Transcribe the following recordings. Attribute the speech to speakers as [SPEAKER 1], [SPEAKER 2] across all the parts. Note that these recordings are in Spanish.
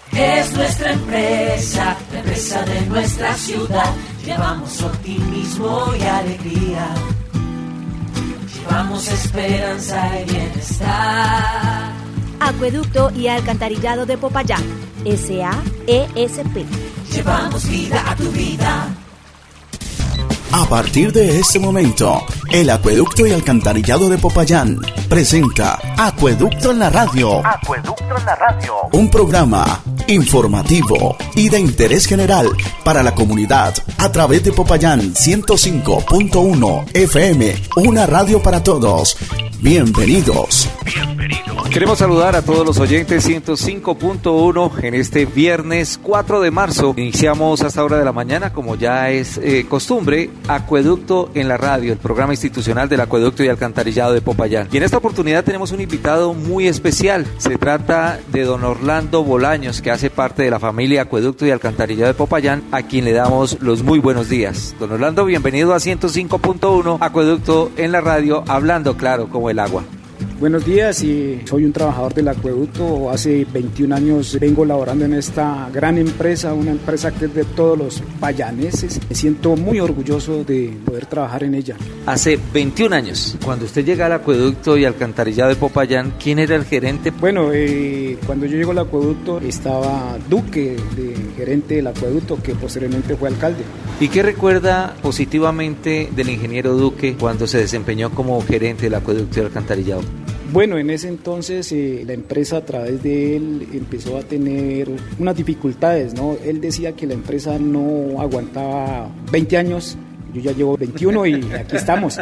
[SPEAKER 1] Es nuestra empresa, la empresa de nuestra ciudad. Llevamos optimismo y alegría. Llevamos esperanza y bienestar.
[SPEAKER 2] Acueducto y Alcantarillado de Popayán, SAESP.
[SPEAKER 1] Llevamos vida a tu vida.
[SPEAKER 3] A partir de este momento, el Acueducto y Alcantarillado de Popayán presenta Acueducto en la Radio.
[SPEAKER 4] Acueducto en la Radio.
[SPEAKER 3] Un programa informativo y de interés general para la comunidad a través de Popayán 105.1 FM, una radio para todos. Bienvenidos.
[SPEAKER 5] Queremos saludar a todos los oyentes 105.1 en este viernes 4 de marzo. Iniciamos hasta hora de la mañana, como ya es costumbre, Acueducto en la Radio, el programa institucional del Acueducto y Alcantarillado de Popayán. Y en esta oportunidad tenemos un invitado muy especial. Se trata de don Orlando Bolaños, que hace parte de la familia Acueducto y Alcantarillado de Popayán, a quien le damos los muy buenos días. Don Orlando, bienvenido a 105.1 Acueducto en la Radio, hablando claro como el agua.
[SPEAKER 6] Buenos días, y soy un trabajador del acueducto. Hace 21 años vengo laborando en esta gran empresa, una empresa que es de todos los payaneses. Me siento muy orgulloso de poder trabajar en ella.
[SPEAKER 5] Hace 21 años, cuando usted llega al acueducto y alcantarillado de Popayán, ¿quién era el gerente?
[SPEAKER 6] Bueno, cuando yo llego al acueducto estaba Duque, de gerente del acueducto, que posteriormente fue alcalde.
[SPEAKER 5] ¿Y qué recuerda positivamente del ingeniero Duque cuando se desempeñó como gerente del acueducto y alcantarillado?
[SPEAKER 6] Bueno, en ese entonces la empresa a través de él empezó a tener unas dificultades, ¿no? Él decía que la empresa no aguantaba 20 años, yo ya llevo 21 y aquí estamos.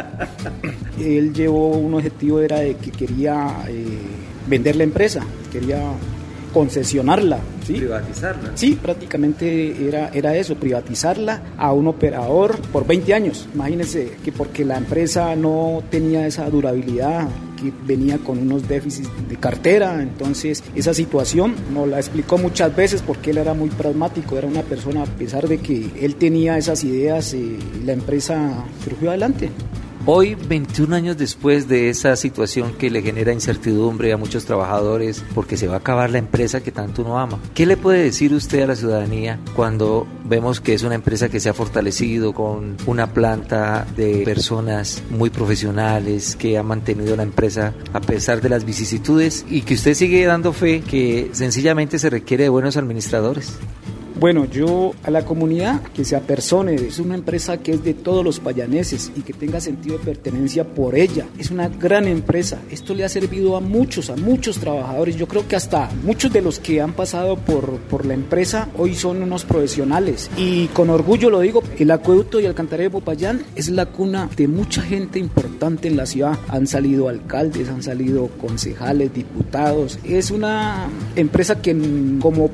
[SPEAKER 6] Él llevó un objetivo, era de que quería vender la empresa, quería concesionarla, ¿sí?
[SPEAKER 5] ¿Privatizarla?
[SPEAKER 6] Sí, prácticamente era eso, privatizarla a un operador por 20 años. Imagínense que porque la empresa no tenía esa durabilidad, que venía con unos déficits de cartera, entonces esa situación nos la explicó muchas veces porque él era muy pragmático, era una persona, a pesar de que él tenía esas ideas, la empresa surgió adelante.
[SPEAKER 5] Hoy, 21 años después de esa situación que le genera incertidumbre a muchos trabajadores porque se va a acabar la empresa que tanto uno ama, ¿qué le puede decir usted a la ciudadanía cuando vemos que es una empresa que se ha fortalecido con una planta de personas muy profesionales que ha mantenido la empresa a pesar de las vicisitudes y que usted sigue dando fe que sencillamente se requiere de buenos administradores?
[SPEAKER 6] Bueno, yo a la comunidad que se apersone, es una empresa que es de todos los payaneses y que tenga sentido de pertenencia por ella. Es una gran empresa, esto le ha servido a muchos trabajadores. Yo creo que hasta muchos de los que han pasado por la empresa hoy son unos profesionales. Y con orgullo lo digo, el acueducto y alcantarillado de Popayán es la cuna de mucha gente importante en la ciudad. Han salido alcaldes, han salido concejales, diputados. Es una empresa que como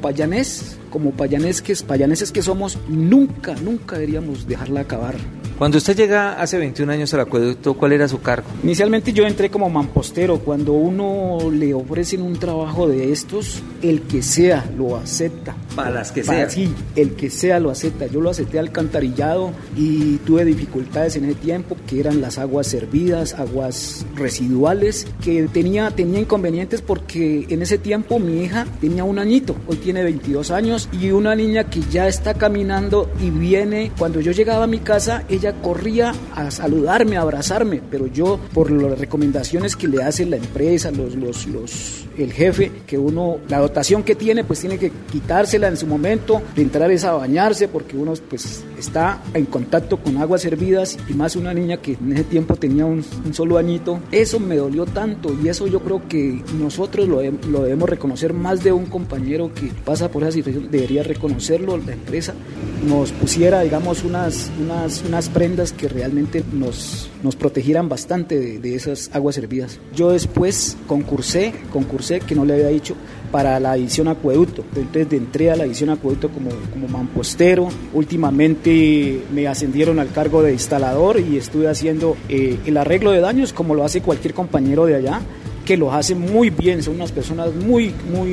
[SPEAKER 6] payaneses que somos, nunca deberíamos dejarla acabar.
[SPEAKER 5] Cuando usted llega hace 21 años al acueducto, ¿cuál era su cargo?
[SPEAKER 6] Inicialmente yo entré como mampostero. Cuando uno le ofrecen un trabajo de estos, el que sea lo acepta.
[SPEAKER 5] Para las que sea.
[SPEAKER 6] Sí, el que sea lo acepta. Yo lo acepté alcantarillado y tuve dificultades en ese tiempo, que eran las aguas servidas, aguas residuales, que tenía inconvenientes porque en ese tiempo mi hija tenía un añito, hoy tiene 22 años, y una niña que ya está caminando y viene. Cuando yo llegaba a mi casa, ella corría a saludarme, a abrazarme, pero yo, por las recomendaciones que le hace la empresa, el jefe, que uno, la dotación que tiene, pues tiene que quitársela en su momento, de entrar es a bañarse, porque uno pues está en contacto con aguas servidas, y más una niña que en ese tiempo tenía un solo añito. Eso me dolió tanto, y eso yo creo que nosotros lo debemos reconocer. Más de un compañero que pasa por esa situación debería reconocerlo. La empresa nos pusiera, digamos, unas prendas que realmente nos protegieran bastante de esas aguas servidas. Yo después concursé, que no le había dicho, para la división acueducto. Entonces entré a la división acueducto como mampostero. Últimamente me ascendieron al cargo de instalador y estuve haciendo el arreglo de daños como lo hace cualquier compañero de allá. que los hacen muy bien, son unas personas muy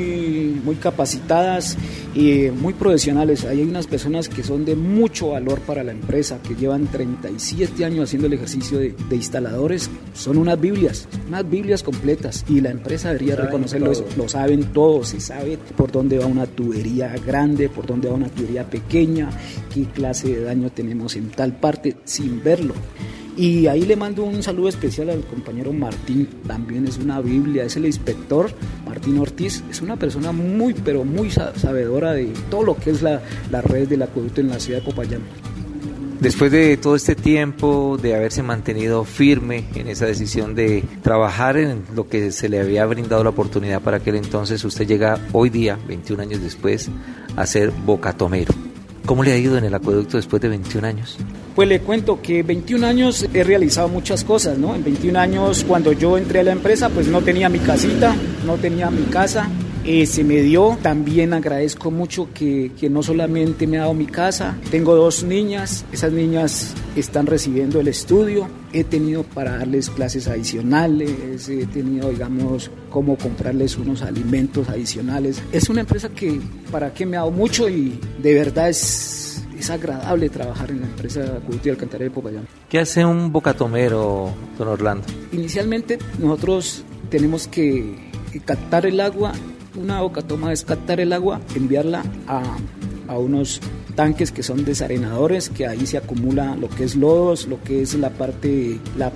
[SPEAKER 6] capacitadas y muy profesionales. Ahí hay unas personas que son de mucho valor para la empresa, que llevan 37 años haciendo el ejercicio de instaladores. Son unas Biblias completas, y la empresa debería reconocerlo. Lo saben todos, se sabe por dónde va una tubería grande, por dónde va una tubería pequeña, qué clase de daño tenemos en tal parte sin verlo. Y ahí le mando un saludo especial al compañero Martín, también es una Biblia, es el inspector Martín Ortiz, es una persona muy sabedora de todo lo que es la red del acueducto en la ciudad de Popayán.
[SPEAKER 5] Después de todo este tiempo de haberse mantenido firme en esa decisión de trabajar en lo que se le había brindado la oportunidad para aquel entonces, usted llega hoy día, 21 años después, a ser bocatomero. ¿Cómo le ha ido en el acueducto después de 21 años?
[SPEAKER 6] Pues le cuento que 21 años he realizado muchas cosas, ¿no? En 21 años, cuando yo entré a la empresa, pues no tenía mi casita, no tenía mi casa. Se me dio. También agradezco mucho que no solamente me ha dado mi casa, tengo 2 niñas, esas niñas están recibiendo el estudio, he tenido para darles clases adicionales, he tenido, digamos, cómo comprarles unos alimentos adicionales. Es una empresa que para qué me ha dado mucho, y de verdad es agradable trabajar en la empresa Acueducto y Alcantarilla de Popayán.
[SPEAKER 5] ¿Qué hace un bocatomero, don Orlando?
[SPEAKER 6] Inicialmente nosotros tenemos que captar el agua. Una bocatoma es captar el agua, enviarla a unos tanques que son desarenadores, que ahí se acumula lo que es lodos, lo que es la parte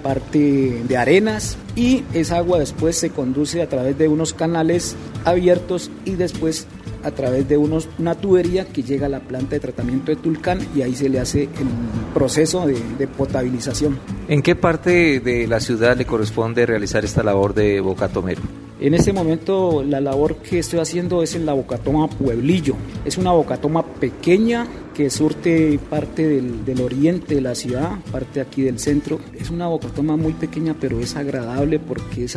[SPEAKER 6] de arenas, y esa agua después se conduce a través de unos canales abiertos y después a través de una tubería que llega a la planta de tratamiento de Tulcán, y ahí se le hace el proceso de potabilización.
[SPEAKER 5] ¿En qué parte de la ciudad le corresponde realizar esta labor de bocatomero?
[SPEAKER 6] En este momento la labor que estoy haciendo es en la bocatoma Pueblillo. Es una bocatoma pequeña que surte parte del oriente de la ciudad, parte aquí del centro. Es una bocatoma muy pequeña, pero es agradable porque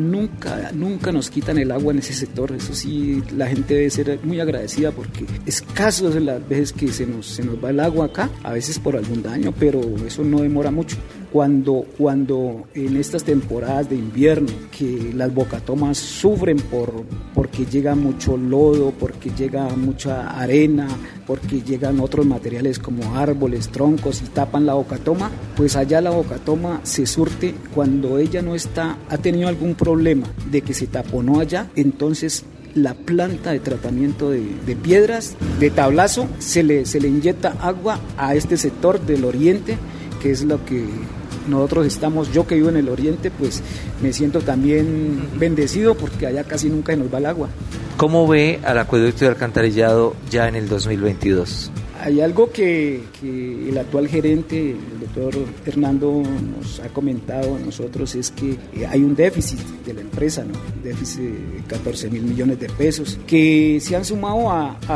[SPEAKER 6] nunca nos quitan el agua en ese sector. Eso sí, la gente debe ser muy agradecida, porque escaso es las veces que se nos va el agua acá, a veces por algún daño, pero eso no demora mucho. Cuando en estas temporadas de invierno, que las bocatomas sufren porque llega mucho lodo, porque llega mucha arena, porque llegan otros materiales como árboles, troncos, y tapan la bocatoma, pues allá la bocatoma se surte. Cuando ella no ha tenido algún problema de que se taponó allá, entonces la planta de tratamiento de piedras, de tablazo, se le inyecta agua a este sector del oriente, que es lo que nosotros estamos. Yo que vivo en el oriente, pues me siento también bendecido, porque allá casi nunca se nos va el agua.
[SPEAKER 5] ¿Cómo ve al acueducto y alcantarillado ya en el 2022?
[SPEAKER 6] Hay algo que el actual gerente, el doctor Hernando, nos ha comentado a nosotros, es que hay un déficit de la empresa, ¿no? Un déficit de 14.000 millones de pesos, que se han sumado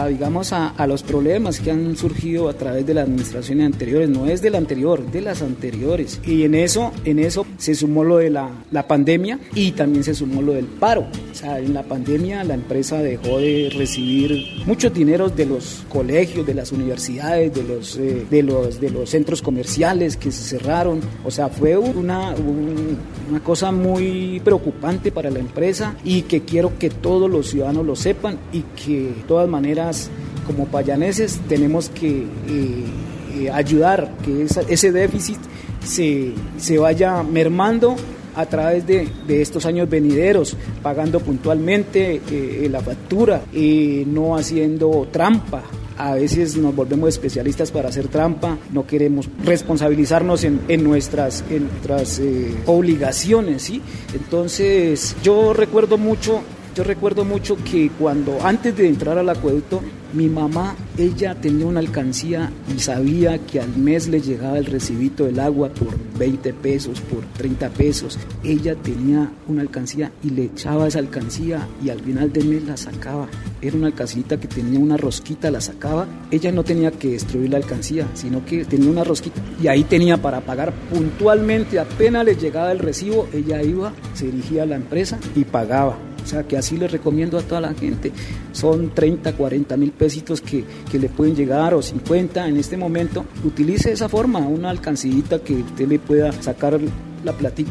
[SPEAKER 6] a los problemas que han surgido a través de las administraciones anteriores. No es de la anterior, de las anteriores. Y en eso se sumó lo de la pandemia, y también se sumó lo del paro. O sea, en la pandemia la empresa dejó de recibir muchos dineros de los colegios, de las universidades, de los centros comerciales que se cerraron. O sea, fue una cosa muy preocupante para la empresa, y que quiero que todos los ciudadanos lo sepan, y que de todas maneras, como payaneses, tenemos que ayudar que ese déficit se vaya mermando a través de estos años venideros, pagando puntualmente la factura, no haciendo trampa. A veces nos volvemos especialistas para hacer trampa, no queremos responsabilizarnos en nuestras obligaciones, ¿sí? Entonces yo recuerdo mucho que antes de entrar al acueducto, mi mamá, ella tenía una alcancía y sabía que al mes le llegaba el recibito del agua por 20 pesos, por 30 pesos. Ella tenía una alcancía y le echaba esa alcancía, y al final del mes la sacaba. Era una alcancita que tenía una rosquita, la sacaba. Ella no tenía que destruir la alcancía, sino que tenía una rosquita, y ahí tenía para pagar puntualmente. Apenas le llegaba el recibo, ella iba, se dirigía a la empresa y pagaba. O sea, que así les recomiendo a toda la gente. Son 30, 40 mil pesitos que le pueden llegar, o 50 en este momento. Utilice esa forma, una alcancita que usted le pueda sacar la platica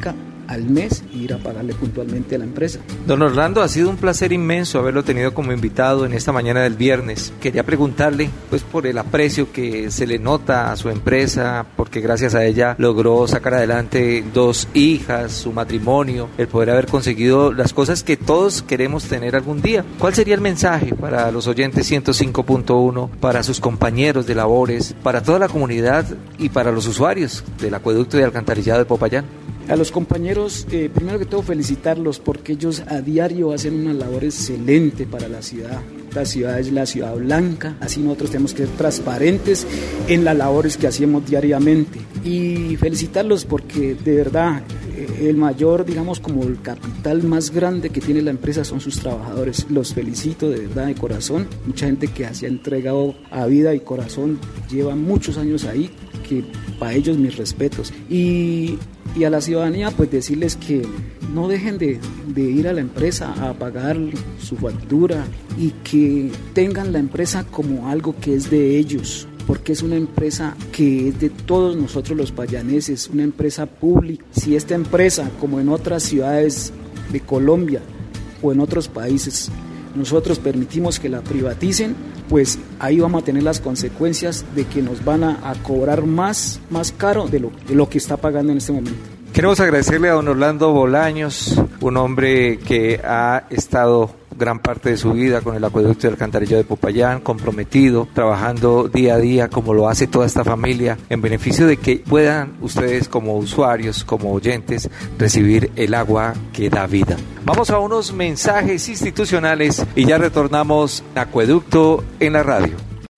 [SPEAKER 6] al mes e ir a pagarle puntualmente a la empresa.
[SPEAKER 5] Don Orlando, ha sido un placer inmenso haberlo tenido como invitado en esta mañana del viernes. Quería preguntarle, pues, por el aprecio que se le nota a su empresa, porque gracias a ella logró sacar adelante 2 hijas, su matrimonio, el poder haber conseguido las cosas que todos queremos tener algún día. ¿Cuál sería el mensaje para los oyentes 105.1, para sus compañeros de labores, para toda la comunidad y para los usuarios del acueducto y alcantarillado de Popayán?
[SPEAKER 6] A los compañeros, primero que todo felicitarlos porque ellos a diario hacen una labor excelente para la ciudad. La ciudad es la ciudad blanca, así nosotros tenemos que ser transparentes en las labores que hacemos diariamente. Y felicitarlos porque de verdad el mayor, digamos, como el capital más grande que tiene la empresa son sus trabajadores. Los felicito de verdad, de corazón. Mucha gente que se ha entregado a vida y corazón, lleva muchos años ahí, que para ellos mis respetos. Y a la ciudadanía, pues decirles que no dejen de ir a la empresa a pagar su factura y que tengan la empresa como algo que es de ellos, porque es una empresa que es de todos nosotros los payaneses, una empresa pública. Si esta empresa, como en otras ciudades de Colombia o en otros países, nosotros permitimos que la privaticen, pues ahí vamos a tener las consecuencias de que nos van a cobrar más caro de lo que está pagando en este momento.
[SPEAKER 5] Queremos agradecerle a don Orlando Bolaños, un hombre que ha estado gran parte de su vida con el acueducto y alcantarillado de Popayán, comprometido, trabajando día a día como lo hace toda esta familia, en beneficio de que puedan ustedes como usuarios, como oyentes, recibir el agua que da vida. Vamos a unos mensajes institucionales y ya retornamos a Acueducto en la radio.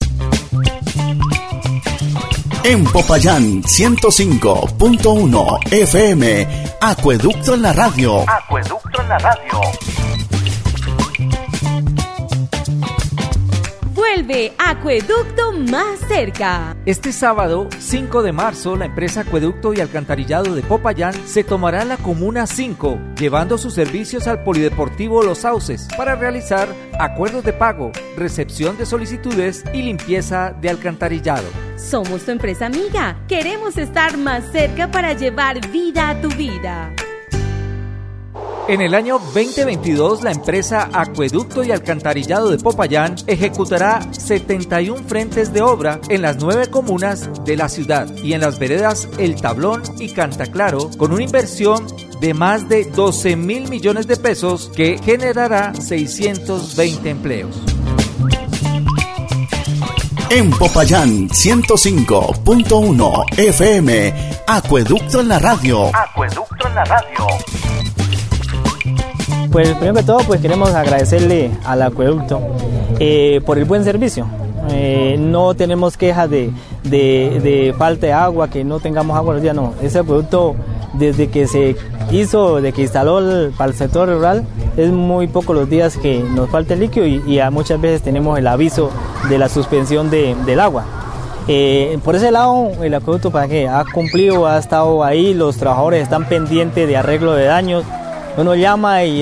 [SPEAKER 3] En Popayán 105.1 FM, Acueducto en la radio.
[SPEAKER 4] Acueducto en la radio.
[SPEAKER 2] Vuelve Acueducto más cerca.
[SPEAKER 7] Este sábado, 5 de marzo, la empresa Acueducto y Alcantarillado de Popayán se tomará la Comuna 5, llevando sus servicios al Polideportivo Los Sauces para realizar acuerdos de pago, recepción de solicitudes y limpieza de alcantarillado.
[SPEAKER 2] Somos tu empresa amiga. Queremos estar más cerca para llevar vida a tu vida.
[SPEAKER 7] En el año 2022, la empresa Acueducto y Alcantarillado de Popayán ejecutará 71 frentes de obra en las 9 comunas de la ciudad y en las veredas El Tablón y Cantaclaro, con una inversión de más de 12.000 millones de pesos que generará 620 empleos.
[SPEAKER 3] En Popayán 105.1 FM, Acueducto en la radio.
[SPEAKER 4] Acueducto en la radio.
[SPEAKER 8] Pues primero que todo, pues queremos agradecerle al acueducto por el buen servicio. No tenemos quejas de falta de agua, que no tengamos agua los días, no. Ese acueducto, desde que se hizo, de que instaló para el sector rural, es muy poco los días que nos falta el líquido y muchas veces tenemos el aviso de la suspensión del agua. Por ese lado, el acueducto para que ha cumplido, ha estado ahí, los trabajadores están pendientes de arreglo de daños. Uno llama y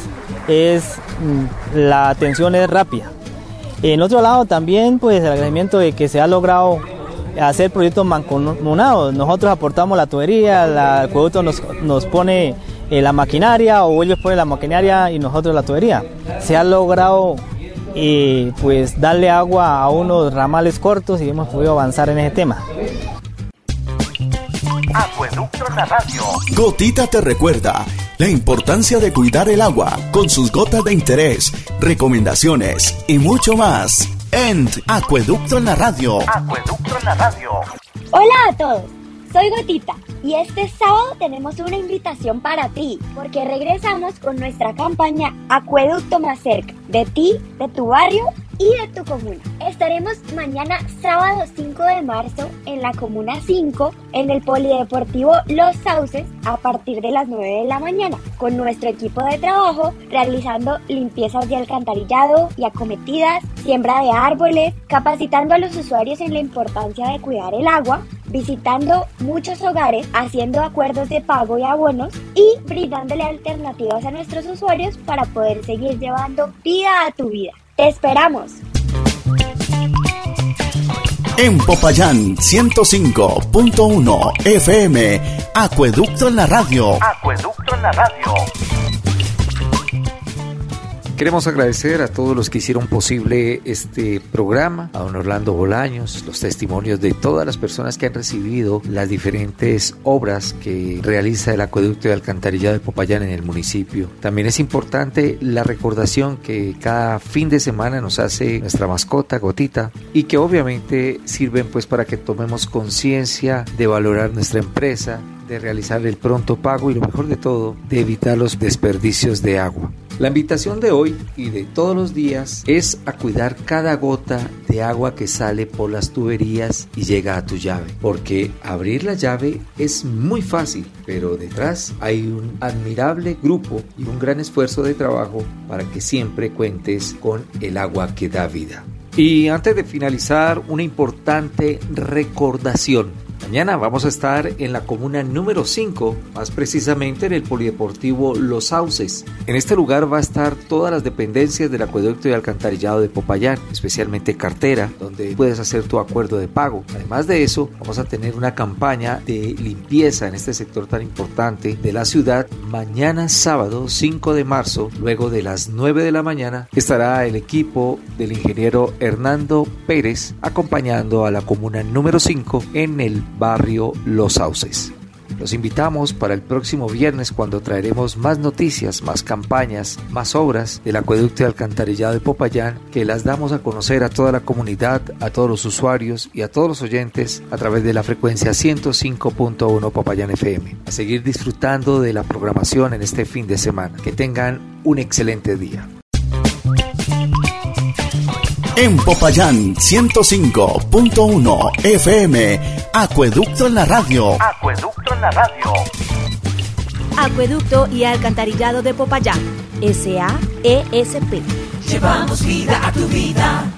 [SPEAKER 8] la atención es rápida. En otro lado también, pues el agradecimiento de que se ha logrado hacer proyectos mancomunados. Nosotros aportamos la tubería, el acueducto nos pone la maquinaria, o ellos ponen la maquinaria y nosotros la tubería. Se ha logrado pues darle agua a unos ramales cortos y hemos podido avanzar en ese tema.
[SPEAKER 4] Acueducto en la radio.
[SPEAKER 3] Gotita te recuerda la importancia de cuidar el agua con sus gotas de interés, recomendaciones y mucho más en Acueducto en la radio.
[SPEAKER 4] Acueducto en la radio.
[SPEAKER 9] Hola a todos, soy Gotita y este sábado tenemos una invitación para ti porque regresamos con nuestra campaña Acueducto más cerca, de ti, de tu barrio y de tu comuna. Estaremos mañana sábado 5 de marzo en la Comuna 5 en el Polideportivo Los Sauces a partir de las 9 de la mañana con nuestro equipo de trabajo realizando limpiezas de alcantarillado y acometidas, siembra de árboles, capacitando a los usuarios en la importancia de cuidar el agua, visitando muchos hogares, haciendo acuerdos de pago y abonos y brindándole alternativas a nuestros usuarios para poder seguir llevando vida a tu vida. ¡Te esperamos!
[SPEAKER 3] En Popayán 105.1 FM, Acueducto en la radio.
[SPEAKER 4] Acueducto en la radio.
[SPEAKER 5] Queremos agradecer a todos los que hicieron posible este programa, a don Orlando Bolaños, los testimonios de todas las personas que han recibido las diferentes obras que realiza el acueducto de alcantarillado de Popayán en el municipio. También es importante la recordación que cada fin de semana nos hace nuestra mascota Gotita y que obviamente sirven pues para que tomemos conciencia de valorar nuestra empresa, de realizar el pronto pago y lo mejor de todo, de evitar los desperdicios de agua. La invitación de hoy y de todos los días es a cuidar cada gota de agua que sale por las tuberías y llega a tu llave, porque abrir la llave es muy fácil, pero detrás hay un admirable grupo y un gran esfuerzo de trabajo para que siempre cuentes con el agua que da vida. Y antes de finalizar, una importante recordación. Mañana vamos a estar en la comuna número 5, más precisamente en el Polideportivo Los Sauces. En este lugar va a estar todas las dependencias del acueducto y alcantarillado de Popayán, especialmente cartera, donde puedes hacer tu acuerdo de pago. Además de eso, vamos a tener una campaña de limpieza en este sector tan importante de la ciudad. Mañana sábado 5 de marzo, luego de las 9 de la mañana, estará el equipo del ingeniero Hernando Pérez acompañando a la comuna número 5 en el barrio Los Sauces. Los invitamos para el próximo viernes cuando traeremos más noticias, más campañas, más obras del acueducto y alcantarillado de Popayán que las damos a conocer a toda la comunidad, a todos los usuarios y a todos los oyentes a través de la frecuencia 105.1 Popayán FM. A seguir disfrutando de la programación en este fin de semana. Que tengan un excelente día.
[SPEAKER 3] En Popayán 105.1 FM, Acueducto en la radio.
[SPEAKER 4] Acueducto en la radio.
[SPEAKER 2] Acueducto y alcantarillado de Popayán, SAESP.
[SPEAKER 1] Llevamos vida a tu vida.